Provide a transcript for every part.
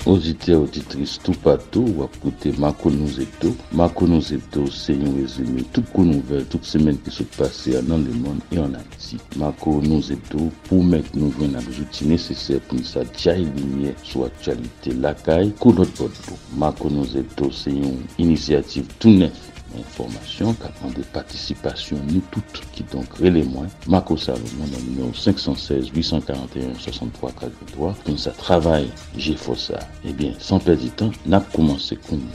auditeurs, auditrices, tout partout, ou à écouter Marco Nous Hebdo. Marco Nous Hebdo, c'est un résumé, toutes les nouvelles, toutes les semaines qui se passent dans le monde et en Haïti. Marco Nous Hebdo, pour mettre nous joindre les outils nécessaires pour nous faire lumière sur l'actualité, la caille, pour notre board. Marco Nous Hebdo, c'est une initiative tout neuf. Information qui a demandé participation nous toutes qui donc relèvent Marco Salomon dans le numéro 516 841 63 43 pour ça travail j'ai fait ça. Eh bien sans perdre de temps n'a commencé comme nous.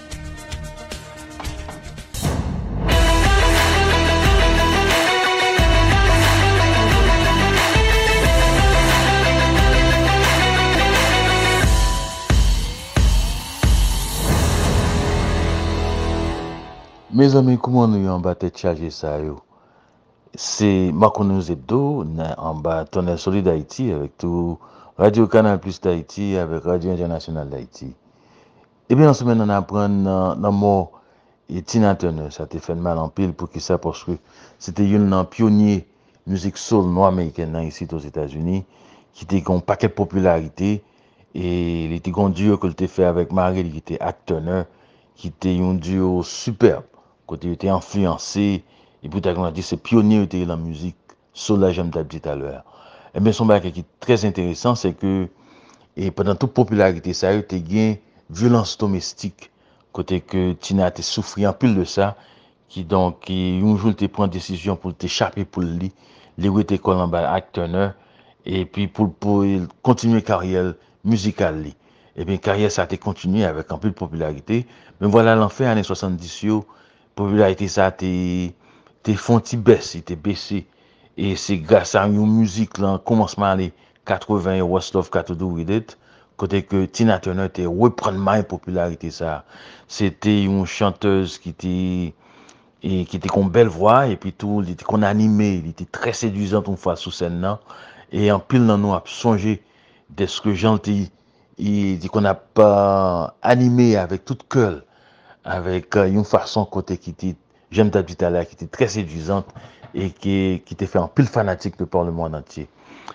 Mes amis, comment nous en bas tête chargé ça yo? C'est Marco Nous Hebdo en bas Tonnerre Solide d'Haïti avec tout Radio Canal Plus d'Haïti avec Radio Internationale d'Haïti. Eh bien en semaine on apprend dans mort et Tina Turner, ça t'a fait mal en pile pour qui ça parce que c'était une pionnier musique soul noire américaine ici aux États-Unis qui était un paquet de popularité et il était un duo que il fait avec Marie qui était Ike Turner qui était un duo superbe. Côté il était influencé et puis t'as dit c'est pionnier était dans la musique soul là j'aime t'as dit tout à l'heure. Et bien son bac qui est très intéressant c'est que et pendant toute popularité ça a été gain violence domestique côté que Tina a souffert un peu de ça qui donc un jour te prend décision pour t'échapper pour lui était Columbia Ike Turner et puis pour continuer carrière musicale li. Et bien carrière ça a été continué avec un peu de popularité mais voilà l'enfer années 70 yo popularité ça t'es fonti baisse, t'es baissé et c'est grâce à une musique là commencement les 80 et What's Love Got to Do With It côté que Tina Turner était reprendre ma popularité ça c'était une chanteuse qui était con belle voix et puis tout il était qu'on animé il était très séduisant une fois sur scène là et en pile dans nous a songé de ce que gentil il dit qu'on a pas animé avec toute cœur avec une façon côté qui était j'aime ta tout à l'heure qui était très séduisante et qui t'a fait un pile fanatique de par le monde entier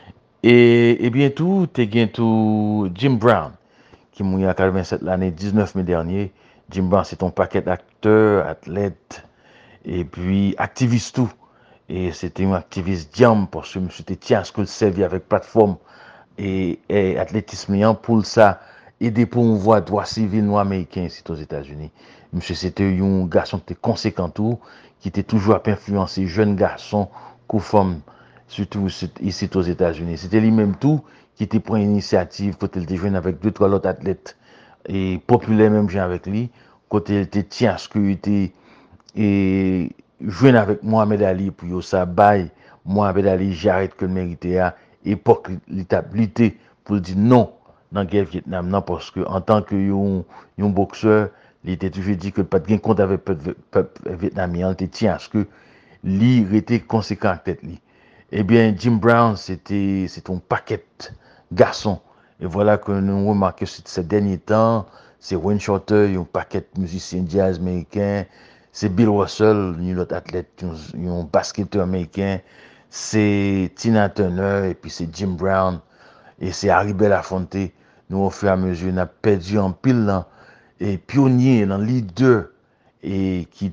et bientôt t'es tout Jim Brown qui mourit en 87 l'année 19 mai dernier. Jim Brown c'est un paquet d'acteurs athlètes et puis activiste tout et c'était un activiste jam parce que monsieur tient ce que servi avec plateforme et athlétisme pour ça aider pour une voie droit civil noir américain ici aux États-Unis. Monsieur c'était un garçon qui était conséquent tout, qui était toujours à influencer jeunes garçons qu'aux femmes surtout ici aux États-Unis. C'était lui-même tout qui était pris initiative côté il était jeune avec deux trois autres athlètes et populaires même gens avec lui côté il était tiens ce que était et jeune avec Mohamed Ali pour ça bail Mohamed Ali j'arrête que le mérité à époque l'étabilité pour dire non dans la guerre Vietnam non parce que en tant que un boxeur il était toujours dit que pas de gain compte avec peuple vietnamien il tient à ce que lui était conséquent tête lui. Eh bien Jim Brown c'est un paquet garçon et voilà que nous remarquons ces derniers temps c'est Wayne Shorter un paquet de musiciens jazz américains c'est Bill Russell un autre athlète un basketteur américain c'est Tina Turner et puis c'est Jim Brown et c'est Harry Belafonte nous au fur et à mesure on a perdu en pile là et pionnier dans leader et qui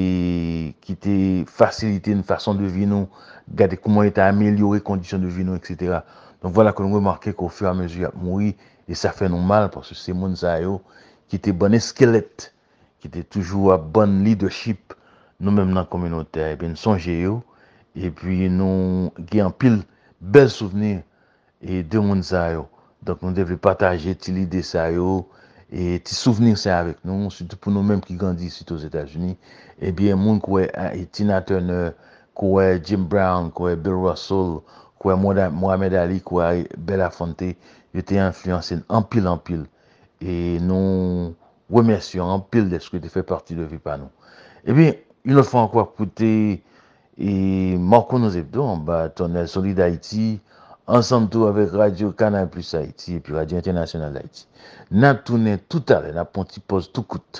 était facilité une façon de vivre nous regarder comment il a amélioré conditions de vie nous etc. Donc voilà que nous remarquons qu'au fur et à mesure il a mouru et ça fait nous mal parce que c'est moun sa yo qui était bon squelette qui était toujours à bon leadership nous même dans la communauté et bien songer yo et puis nous gain pile bel souvenir et de moun sa yo donc nous devons partager l'idée ça yo et ti souvenir ça avec nous surtout pour nous mêmes qui grandissent ici aux États-Unis et bien moun quoi Tina Turner quoi Jim Brown quoi Bill Russell quoi Mohamed Ali quoi Belafonte était influencé en pile et nous remercions en pile de ce que tu fais partie de vie par nous. Et bien une autre fois encore pour et Marco Nous Hebdo en bas Tonnerre Solide d'Haïti ensemble tout avec Radio Canal Plus Haïti et puis Radio Internationale d'Haïti. N'a tourné tout à l'heure, n'a pas petit pause tout coûte.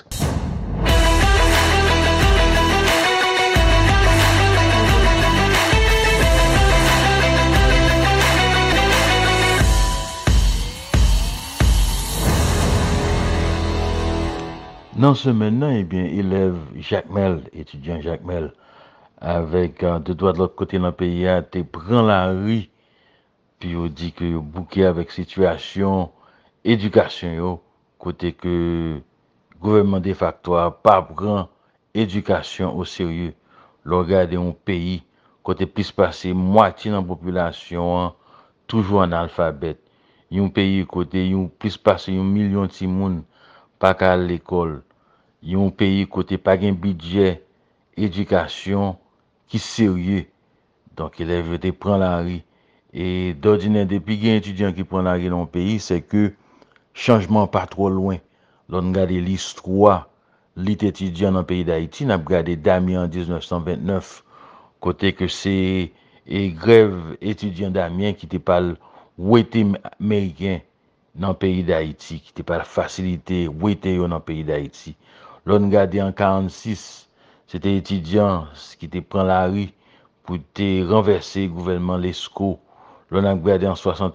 Dans ce maintenant, eh bien, élève Jacques Mel, étudiant Jacques Mel, avec de droit de l'autre côté dans le pays, te prend la rue, puis on dit que yo bouquet avec situation, éducation, yo, côté que gouvernement de facto a pas prend éducation au sérieux. Le regarder un pays, côté plus passé, moitié de la population, toujours en alphabet. Un pays côté, plus passé, 1 million de monde pas qu'à l'école. Un pays côté pas un budget éducation qui sérieux. Donc élève te prend la rue. Et d'ordinaire, depuis qu'il y a un étudiant qui prend la rue dans le pays, c'est que changement pas trop loin. L'on regarde l'histoire, l'étudiant dans le pays d'Haïti, on a regardé Damien en 1929, côté que c'est et grève étudiant Damien qui te parle ouété américain dans le pays d'Haïti, qui te parle facilité ouété dans le pays d'Haïti. L'on regarde en 46, c'était étudiant qui te prend la rue pour te renverser le gouvernement Lescaut. L'on a regardé en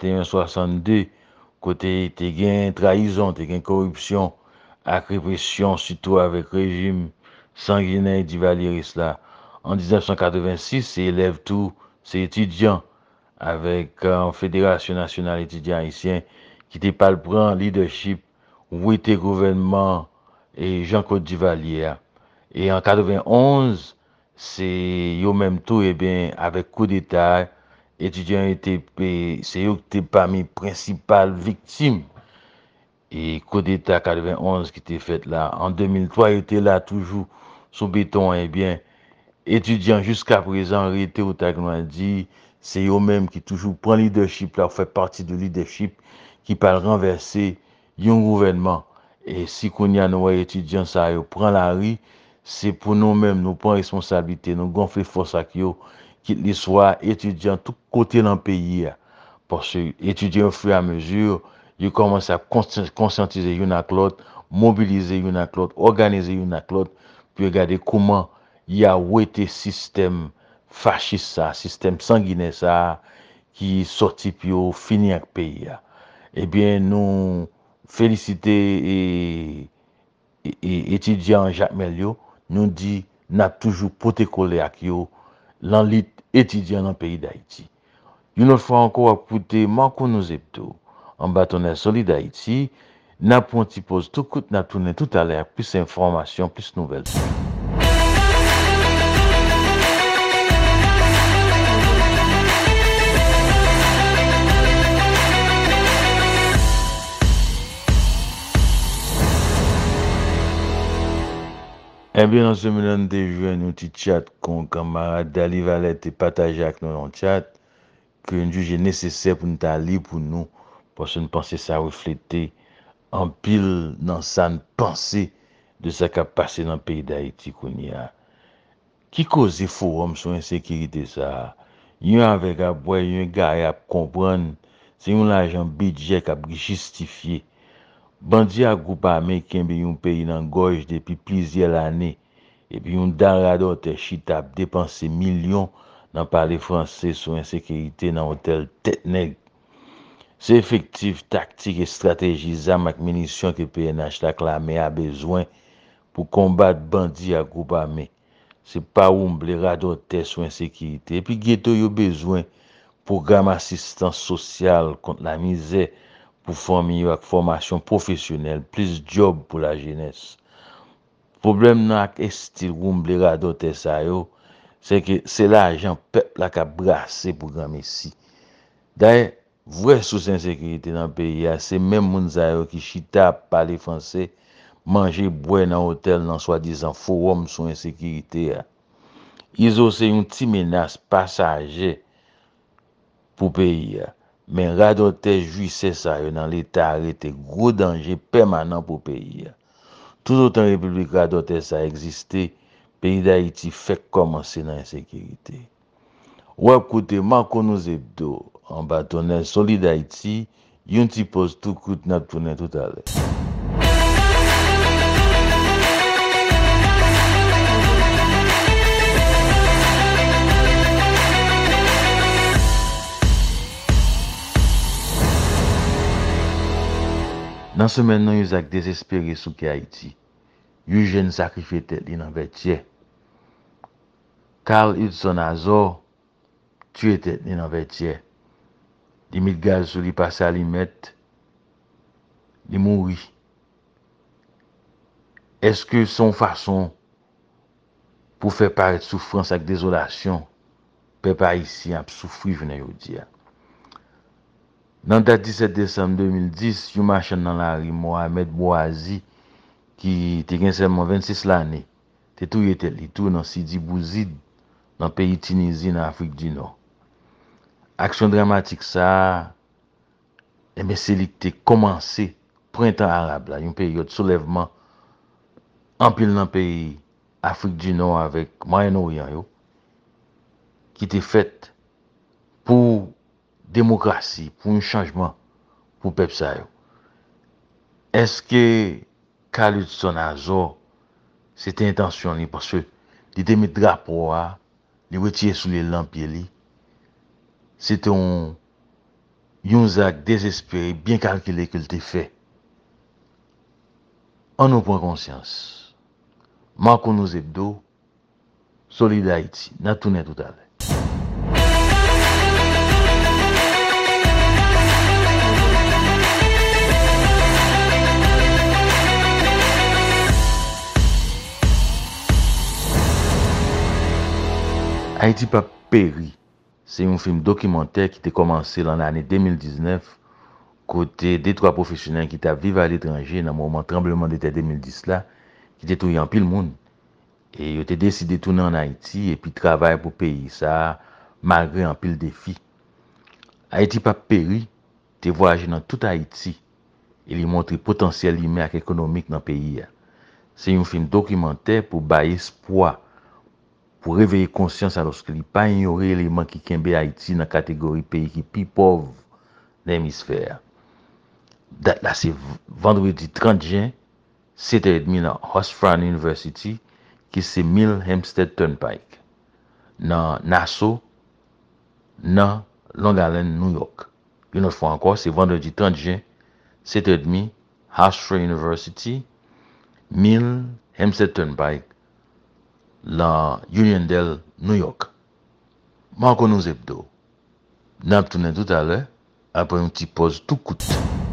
61-62, côté te gain trahison, te gain corruption, avec répression, surtout avec régime sanguinaire du Valéry là. En 1986, c'est élève tout, c'est étudiant avec Fédération nationale étudiant haïtien qui te parle prend leadership, où était gouvernement et Jean-Claude Duvalier. Et en 91, c'est yo même tout, et bien, avec coup d'État, étudiants étaient, c'est eux qui étaient parmi les principales victimes. Et coup d'État 91 qui était fait là. En 2003, ils étaient là toujours sous béton, et bien, étudiants jusqu'à présent, réalité au dit, c'est eux-mêmes qui toujours prend leadership là, fait partie de leadership qui parle renverser un gouvernement. Et si qu'on y a nos étudiants ça prend la rue, c'est pour nous-mêmes, nous prendre responsabilité, nous gonfler force à eux, qu'ils soient étudiants tout côté dans le pays. Parce que étudiants au fur et à mesure, ils commencent à conscientiser une à l'autre, mobiliser une à l'autre, organiser une à l'autre, puis regarder comment il y a été système fasciste ça, système sanguinaire ça, qui sorti puis fini avec le pays. Eh bien, nous féliciter et étudiant Jacques Melio, nous dit n'a toujours poté collé avec yo l'élite étudiant dans le pays d'Haïti. Une autre fois encore, écoutez, Marco nous hebdo, en bâtonnet solide Haïti, n'a pas un petit pause tout coûte, n'a tourné tout à l'heure, plus d'informations, plus nouvelles. Eh bien, dans ce moment, de jouer un petit chat con camarade Dali Valette et partager avec nous dans le chat, que nous juge nécessaire pour nous aller pour nous, parce que nous pensons ça refléter en pile dans sa pensée de ce qui a passé dans le pays d'Haïti qu'on y a. Qui cause forum sur l'insécurité ça? Yon avec à boire, yon gars à comprendre, c'est un l'argent budget qui a justifié. Bandi a groupe américain bi yon pays dans gorge depuis plusieurs années. Et puis yon daradote chita dépensé millions dans parler français sur insécurité dans hôtel Tête Nègre. C'est effectif, tactique et stratégie zam ak munitions que PNH la clamé a besoin pour combattre bandits à groupe armé. C'est pas où m'ble radote sur insécurité. Et puis ghetto yo besoin programme assistance sociale contre la misère pour famille avec formation professionnelle, plus job pour la jeunesse. Problème nan ak estil m'ble radote ça yo, c'est que c'est l'argent peuple la ka brassé pour grand messi. D'ailleurs, vrai sous insécurité dans le pays, c'est même moun sa yo qui chita parler français, manger boire dans hôtel dans soi-disant forum sur insécurité. Ils ont c'est une petite menace passager pour pays. Mais radote jouissait ça dans l'état arrêté gros danger permanent pour pays. Tout autant République radote ça existait, pays d'Haïti fait commencer dans l'insécurité. Ouais, écoutez, Marco nous hebdo en bâtonnet solide Haïti, yon ti pose tout coûte n'a tourné tout à l'heure. Dans ce maintenant, ils ont désespéré sous Haïti. Yon jeune sacrifié tête li dans vertier. Carl Hudson Azor tué tête li dans vertier. Li mit gaz sou li passé à li mettre, li mouri. Est-ce que son façon pour faire paraître souffrance avec désolation, peuple haïtien a souffri, je ne dis. Dans la date 17 décembre 2010, yon marchand dans la rue Mohamed Bouazi, qui était seulement 26 l'année, te tout était li tout dans Sidi Bouzid, dans le pays Tunisie, en Afrique du Nord. Action dramatique ça, mais c'est li qui a commencé printemps arabe là, une période de soulèvement en pile dans le pays Afrique du Nord avec Moyen-Orient qui était faite pour démocratie, pour un changement pour le peuple ça. Est-ce que Carl Hudson Azor c'était intention parce que il était mis drapeau à il retirer sous les lampes li. C'était un acte désespéré, bien calculé qu'il était fait. On nous prend conscience. Marco nous hebdo, Solid Haïti, n'a tourné tout à l'heure. Haïti pas péri. C'est un film documentaire qui a commencé dans l'année 2019 côté des trois professionnels qui étaient vivre à l'étranger dans le moment tremblement de terre 2010 là, qui étaient tout en pile monde. Et ils ont décidé de tourner en Haïti et puis travailler pour le pays ça malgré un pile défi. Haïti pas péri, tu voyagé dans tout Haïti et il montre le potentiel humain et économique dans le pays. C'est un film documentaire pour bailler espoir, pour réveiller conscience alors qu'il n'y a pas ignorer l'élément qui kembe Haïti dans la catégorie pays qui est plus pauvre dans l'hémisphère. Date là c'est vendredi 30 juin, 7h30 dans Hofstra University qui c'est 1000 Hempstead Turnpike dans Nassau, dans Long Island, New York. Une autre fois encore, c'est vendredi 30 juin, 7h30, Hofstra University, 1000 Hempstead Turnpike, dans Uniondale, New York. Marco nous hebdo. N'a tourné tout à l'heure, après une petite pause tout coûte.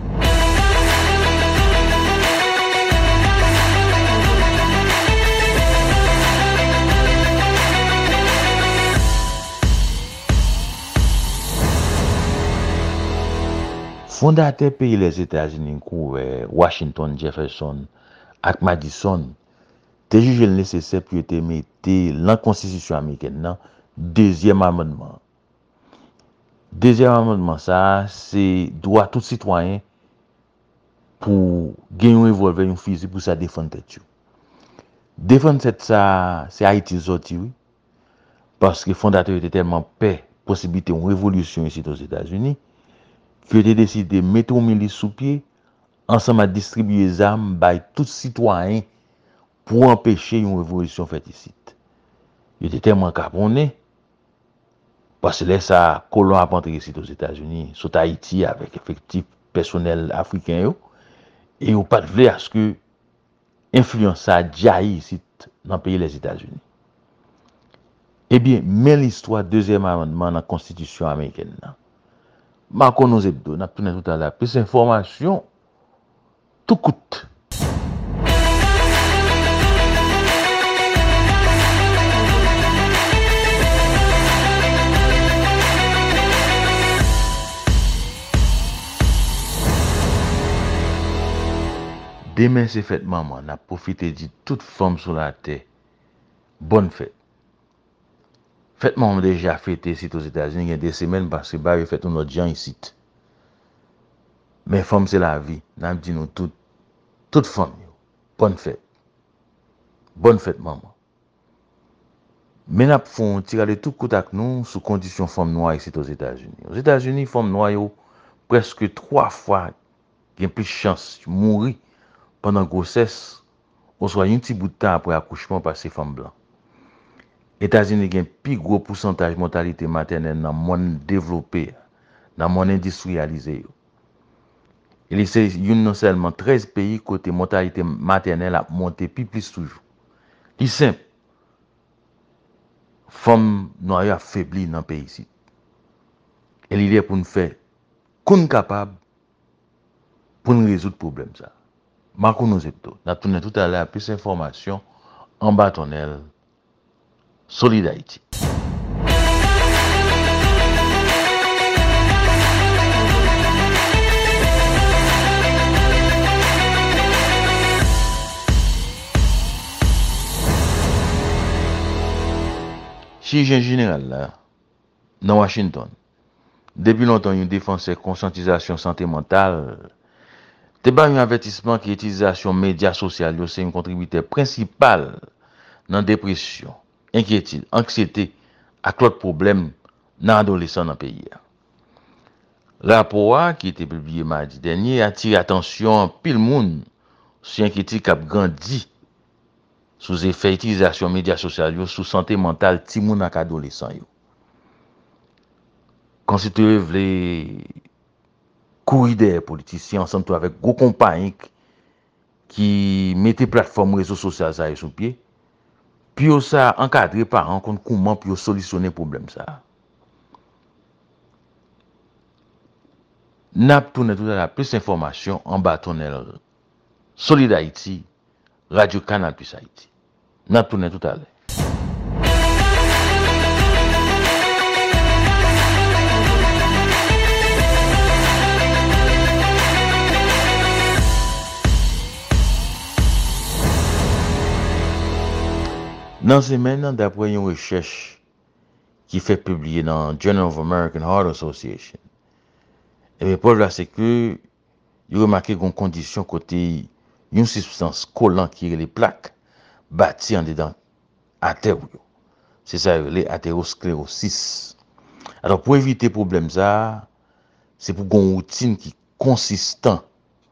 Fondateur pays les États-Unis, Washington, Jefferson, et Madison, te jugé nécessaire pour te mettre la Constitution américaine, deuxième amendement. Deuxième amendement, ça, c'est droit tout citoyen pour gagner un revolver, un fusil pour ça défendre tête. Défendre tête, ça, c'est Haïti sorti, oui. Parce que le fondateur était tellement paix, possibilité d'une révolution ici aux États-Unis, qu'il a décidé de mettre au milieu sous pied, ensemble à distribuer les armes par tout citoyen pour empêcher une révolution faite ici. Il était tellement caponné, parce que là, ça, colon a entré ici aux États-Unis, sur Haïti, avec effectif personnel africain, et il pas de voulu à ce que l'influence a jailli ici dans le pays des États-Unis. Eh bien, mais l'histoire deuxième amendement dans la Constitution américaine, Marco nous hebdo, n'a tout à l'heure, plus d'informations, tout coûte. Demain c'est fête maman, on a profité de toute femme sur la terre. Bonne fête. Fête maman déjà fêté ici aux États-Unis, il y a des semaines parce que bah fait un autre gens ici. Mais femme c'est la vie. N'a dit nous toute femme. Bonne fête. Bonne fête maman. Mais n'a font tirer de tout coup avec nous sous condition femme noire ici aux États-Unis. Aux États-Unis, femme noire yo presque 3 fois qui a plus de chance de mourir pendant grossesse ou soit un petit bout de temps après accouchement par ces femmes blanches. États-Unis ont un plus gros pourcentage de mortalité maternelle dans le monde développé, dans le monde industrialisé. Et c'est non seulement 13 pays côté mortalité maternelle a monté puis plus toujours. C'est simple. Femme noire affaiblie dans le pays ici. Et l'idée pour nous faire qu'on capable pour nous résoudre le problème ça. Marco nous épto. N'a tourné tout à l'heure plus d'informations en bâtonnel Solid Haïti. Chirurgien général là, dans Washington, depuis longtemps, il défense conscientisation santé mentale. C'est pas un avertissement que l'utilisation des médias sociaux c'est un contributeur principal dans la dépression, inquiétude, anxiété et d'autres problèmes dans l'adolescent dans le pays. Le rapport qui a été publié mardi dernier attire l'attention de pile monde sur l'inquiétude qui a grandi sous effet d'utilisation des médias sociaux sur la santé mentale de moun et adolescents. Quand si tu veux les courir des politiciens ensemble avec gros compagnies qui mettaient plateforme réseaux sociaux ça sur pied, puis ça encadrer parents contre comment puis solutionner problème ça. N'a tourné tout à l'heure plus d'informations en bâtonnel Solid Haïti, Radio Canal Plus Haïti. N'a tourné tout à l'heure. Dans ces semaine, d'après une recherche qui fait publier dans Journal of American Heart Association, et bien, pour là, c'est que, il remarqué une condition côté une substance collante qui est les plaques bâties en dedans artère. C'est ça, les athérosclérosis. Alors, pour éviter le problème, ça, c'est pour une routine qui est consistant.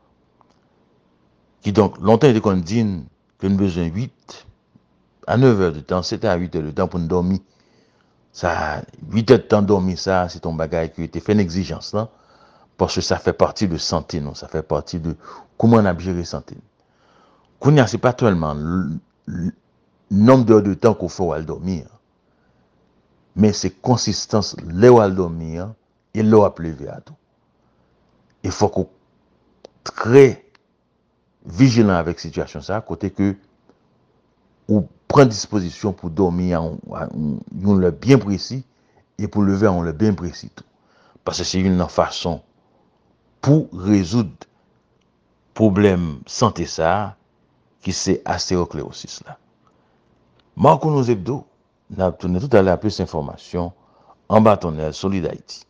Qui donc, longtemps, il qu'on dit que nous avons besoin de 8 à 9 heures de temps, 7 à 8 heures de temps pour nous dormir. Ça, 8 heures de temps dormir, ça, c'est ton bagage qui a été fait une exigence, là. Parce que ça fait partie de santé, non? Ça fait partie de comment on a géré santé. Kounia, c'est pas tellement le nombre d'heures de temps qu'on fait à dormir, mais c'est consistance, l'heure à dormir et l'heure à lever à tout. Il faut qu'on très vigilant avec la situation, ça, côté que ou prend disposition pour dormir on le bien précis et pour lever on le bien précis tout. Parce que c'est une façon pour résoudre problème santé ça qui c'est astéosclérosis là. Marco nous hebdo n'a tourné tout à l'heure plus d'informations en bâtonnel Solid Haïti.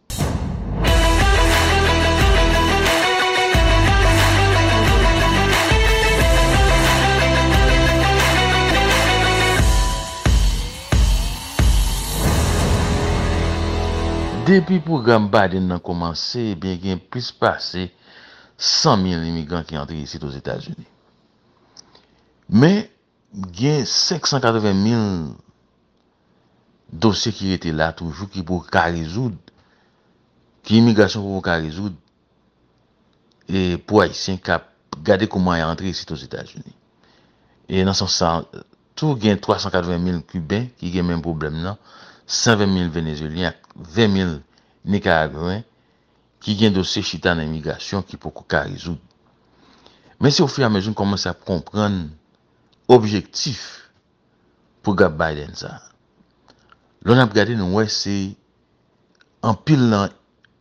Depuis le programme Biden a commencé, bien qu'il y ait plus passé 100 000 immigrants qui entrent ici aux États-Unis. Mais il y a 580 000 dossiers qui étaient là toujours, qui pour résoudre, qui immigration pour résoudre, et pour Haïtiens qui regarder comment ils entrent ici aux États-Unis. Et dans ce sens, tout il y a 380 000 Cubains qui ont le même problème là, 120 000 Vénézuéliens, 20 000 Nicaraguayens qui ont un dossier chita dans l'immigration qui peut résoudre. Mais si au fur et à mesure qu'on commence à comprendre l'objectif pour Biden ça, l'on a regardé nous ouais c'est en pile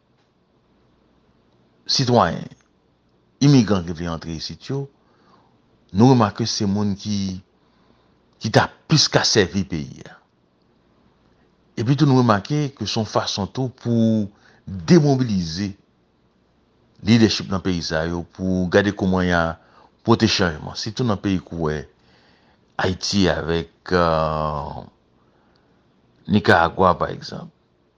citoyens immigrants qui veulent entrer ici, nous remarquons que c'est monde qui t'a plus qu'à servir le pays. Et puis nous remarquons que son façon tout pour démobiliser le leadership dans le pays pour garder comment il y a protéger changement. C'est tout dans le pays où Haïti avec Nicaragua par exemple.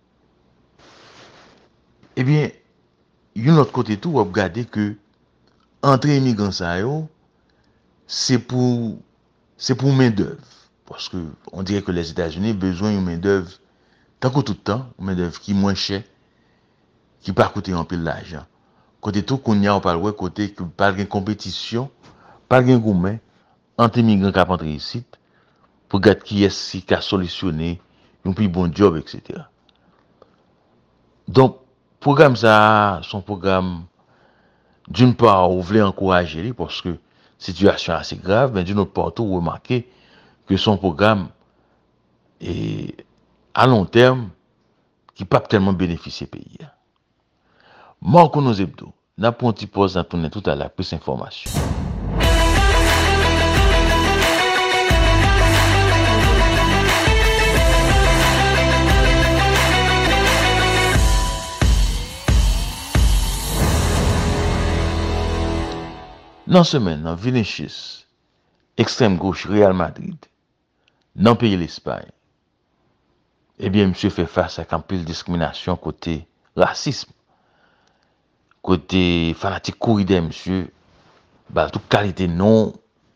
Eh bien, d'un autre côté tout, on va regarder que entrer immigrants c'est pour main d'œuvre parce que on dirait que les États-Unis ont besoin de main d'œuvre tant que tout le temps, main d'œuvre qui est moins cher, qui pas coûter un peu d'argent Côté tout qu'on y a on parle ouais côté que pas de compétition, pas de gourmet entre migrants qui rentrent ici pour regarder qui est qui a solutionné un plus bon job etc. Donc programme ça son programme d'une part on voulait encourager parce que situation assez grave mais d'une autre part on remarquer que son programme est à long terme qui pas tellement bénéficier pays. Marco nos hebdo n'a pas un petit pause dans tourner tout à la plus information. Dans semaine, dans Vinicius, extrême gauche Real Madrid, dans le pays l'Espagne, eh bien, monsieur fait face à un peu de discrimination côté racisme, côté fanatique corrida, monsieur, bah, toute qualité non,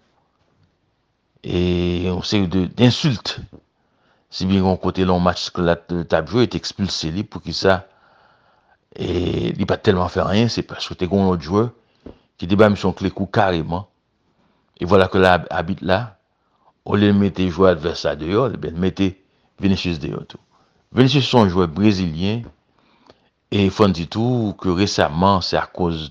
et on sait d'insultes. Si bien qu'on côté long match que la table joué est expulsé lui pour qui ça, et il pas tellement fait rien, c'est parce que t'es un autre joueur qui débat son clé coup carrément, et voilà que là, habite là, au lieu de mettre les joueurs adversaires dehors, eh bien, mettez Vinicius dehors tout. Vinicius sont joueurs brésiliens, et il faut dire tout que récemment, c'est à cause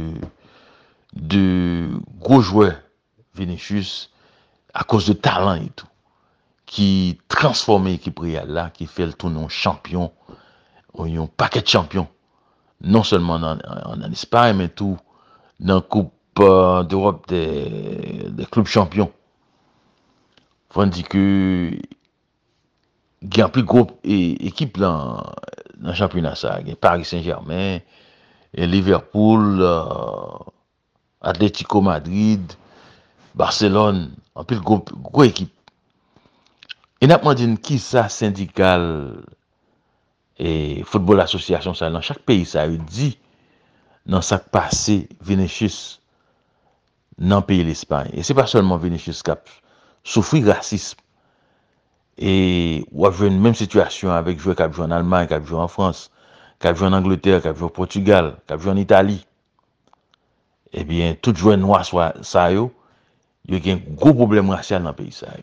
de gros joueurs, Vinicius, à cause de talent et tout, qui transforme l'équipe Real là, qui fait le tournoi champion, un paquet de champions, non seulement en Espagne, mais tout dans la Coupe d'Europe des clubs champions. Faut dire que il y a plus gros équipe dans le championnat ça, il y a Paris Saint-Germain, et Liverpool, Atlético Madrid, Barcelone, en plus gros équipe. Et n'a pas dit qui ça syndical et football association ça dans chaque pays ça dit dans ça passé Vinicius dans le pays l'Espagne. Et c'est pas seulement Vinicius qui a souffert racisme. Et on a vu une même situation avec joueurs qui ont joué en Allemagne, qui ont joué en France, qui ont joué en Angleterre, qui ont joué au Portugal, qui ont joué en Italie. Eh bien, tout joueur noir soit ça yo, il y a un gros problème racial dans le pays ça yo.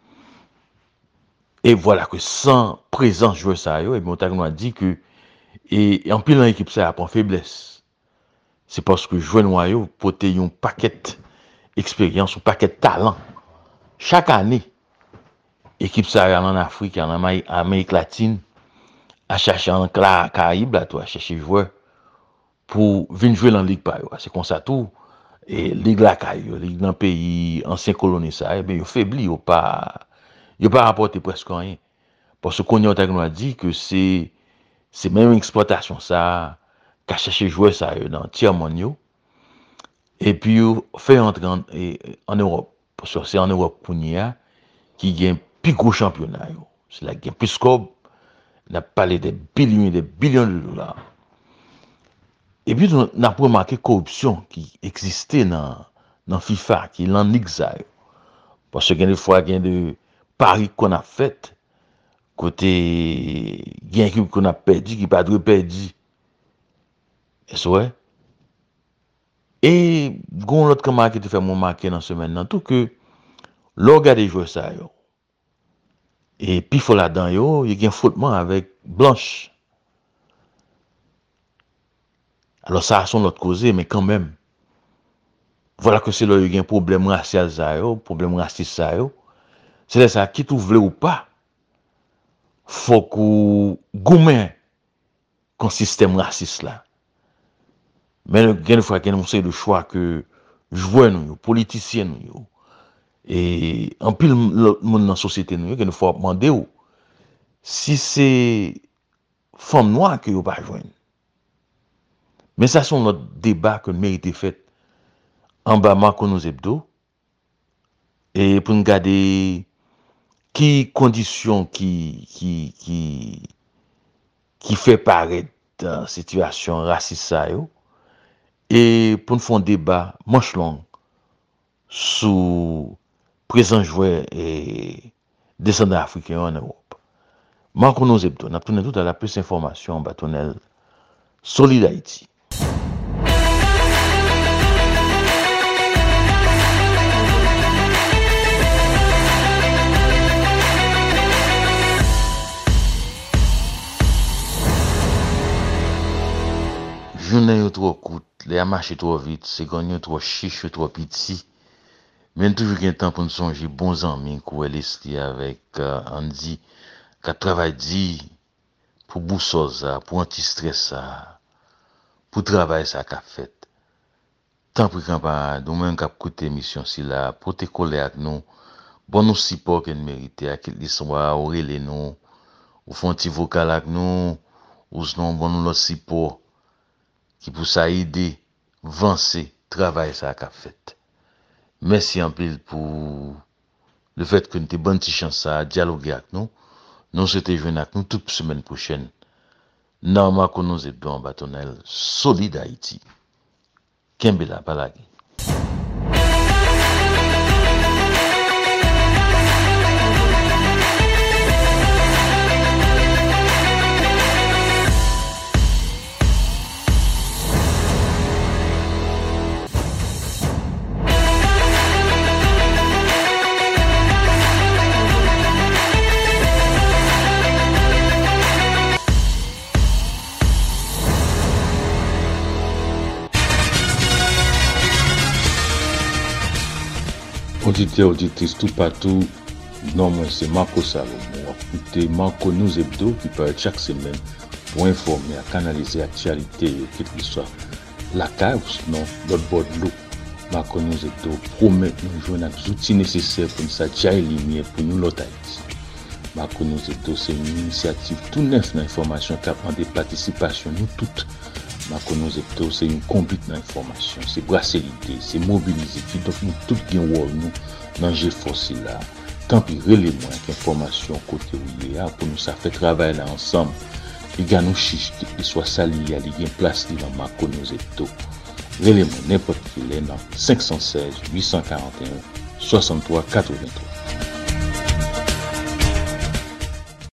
Et voilà que sans présence joueur ça yo, et bien on a dit que et en pile dans l'équipe ça a pas faiblesse. C'est parce que joueur noir yo porte un paquet expérience, un paquet de talent. Chaque année, équipe ça en Afrique, en Amérique latine, à chercher en Caraïbes, là, à chercher joueurs pour venir jouer dans la Ligue par c'est comme ça tout. Et Ligue la Caille, Ligue dans le pays, ancien colonie, ça, eh bien, ils faibli, ils pas rapporté presque rien. Parce qu'on a dit que c'est même une exploitation, ça, qu'a cherché jouer ça dans le tiers mondial. Et puis, fait entrer en Europe. Parce que c'est en Europe qu'on y a, qui gagne plus gros championnat. C'est là qui gagne plus scope. On a parlé des billions et des billions de dollars. Et puis, on a remarqué la corruption qui existait dans FIFA, qui est dans l'Ixaï. Parce que des fois, il y a des paris qu'on a fait, côté, il y a une équipe qu'on a perdu, qui n'a pas dû perdre. Est-ce vrai? Et, il y a l'autre comment qui te fait remarquer dans ce semaine, tout que, l'organe des joueurs, ça, yo. Et puis, il faut là-dedans, il y a un frottement avec Blanche. Alors, ça a son autre cause, mais quand même, voilà que c'est là qu'il y a un problème racial, problème raciste, c'est là ça, qui tout voulait ou pas, faut qu'on gomme un système raciste là. Mais il y a une fois qu'il y a un choix que joueurs nous, politiciens nous, et en pile monde dans la société nous, il y a une fois demander si c'est femme noire que vous pas joindre. Mais ça c'est notre débat que nous mérite fait en bas Marco nos hebdo et pour nous garder qui conditions qui fait paraître dans situation raciste ça yo, et pour nous faire un débat manche long sur présent joueur et descendants africains en Europe. Marco nos hebdo, n'a tourné tout à la plus information en bâtonnel Solid Haïti. journée yo trop courte, les marcher trop vite, seconde yo trop chiche, yo trop petit. Mais toujours un temps pour nous songer bons amis, quoi l'esprit avec Andy, qui travaille dit pour boussole ça, pour anti-stress ça, pour travailler ça qu'a fait. Tant pour campagne, nous même cap côté émission si là, pour te coller avec nous, bon nous support que nous méritons, à qu'ils soient aurélie nous, ou font un petit vocal avec nous, ou sinon bon nous le support, qui pour ça aider, avancer, travailler ça qu'a fait. Merci en pile pour le fait que nous avons bonne chance à dialoguer avec nous. Nous souhaitons venir avec nous toute semaine prochaine. Normal que nous aider en bâtonnel solide Haïti. Kembela Balagi. Auditeurs, auditrices, tout partout, non, moi c'est Marco Salomon. Écoutez Marco News Hebdo qui paraît chaque semaine pour informer et canaliser l'actualité, quelle que soit la cave, sinon l'autre bord de l'eau. Marco News Hebdo promet nous jouer les outils nécessaires pour nous satisfaire les lumières pour nous l'autre Haïti. Marco News Hebdo c'est une initiative tout neuf dans l'information qui a demandé participation nous toutes. Marco News Hebdo c'est une combine d'informations, c'est brasser l'idée, c'est mobiliser, puis donc nous tous gain rôle nous dans GFORCE là. Tant pis relais-moi avec information côté où il y a pour nous ça fait travailler là ensemble. Puis gagne nous chiche qui soit sali à li place dans Marco News Hebdo. Relais-moi n'importe qui est dans 516 841 63 83.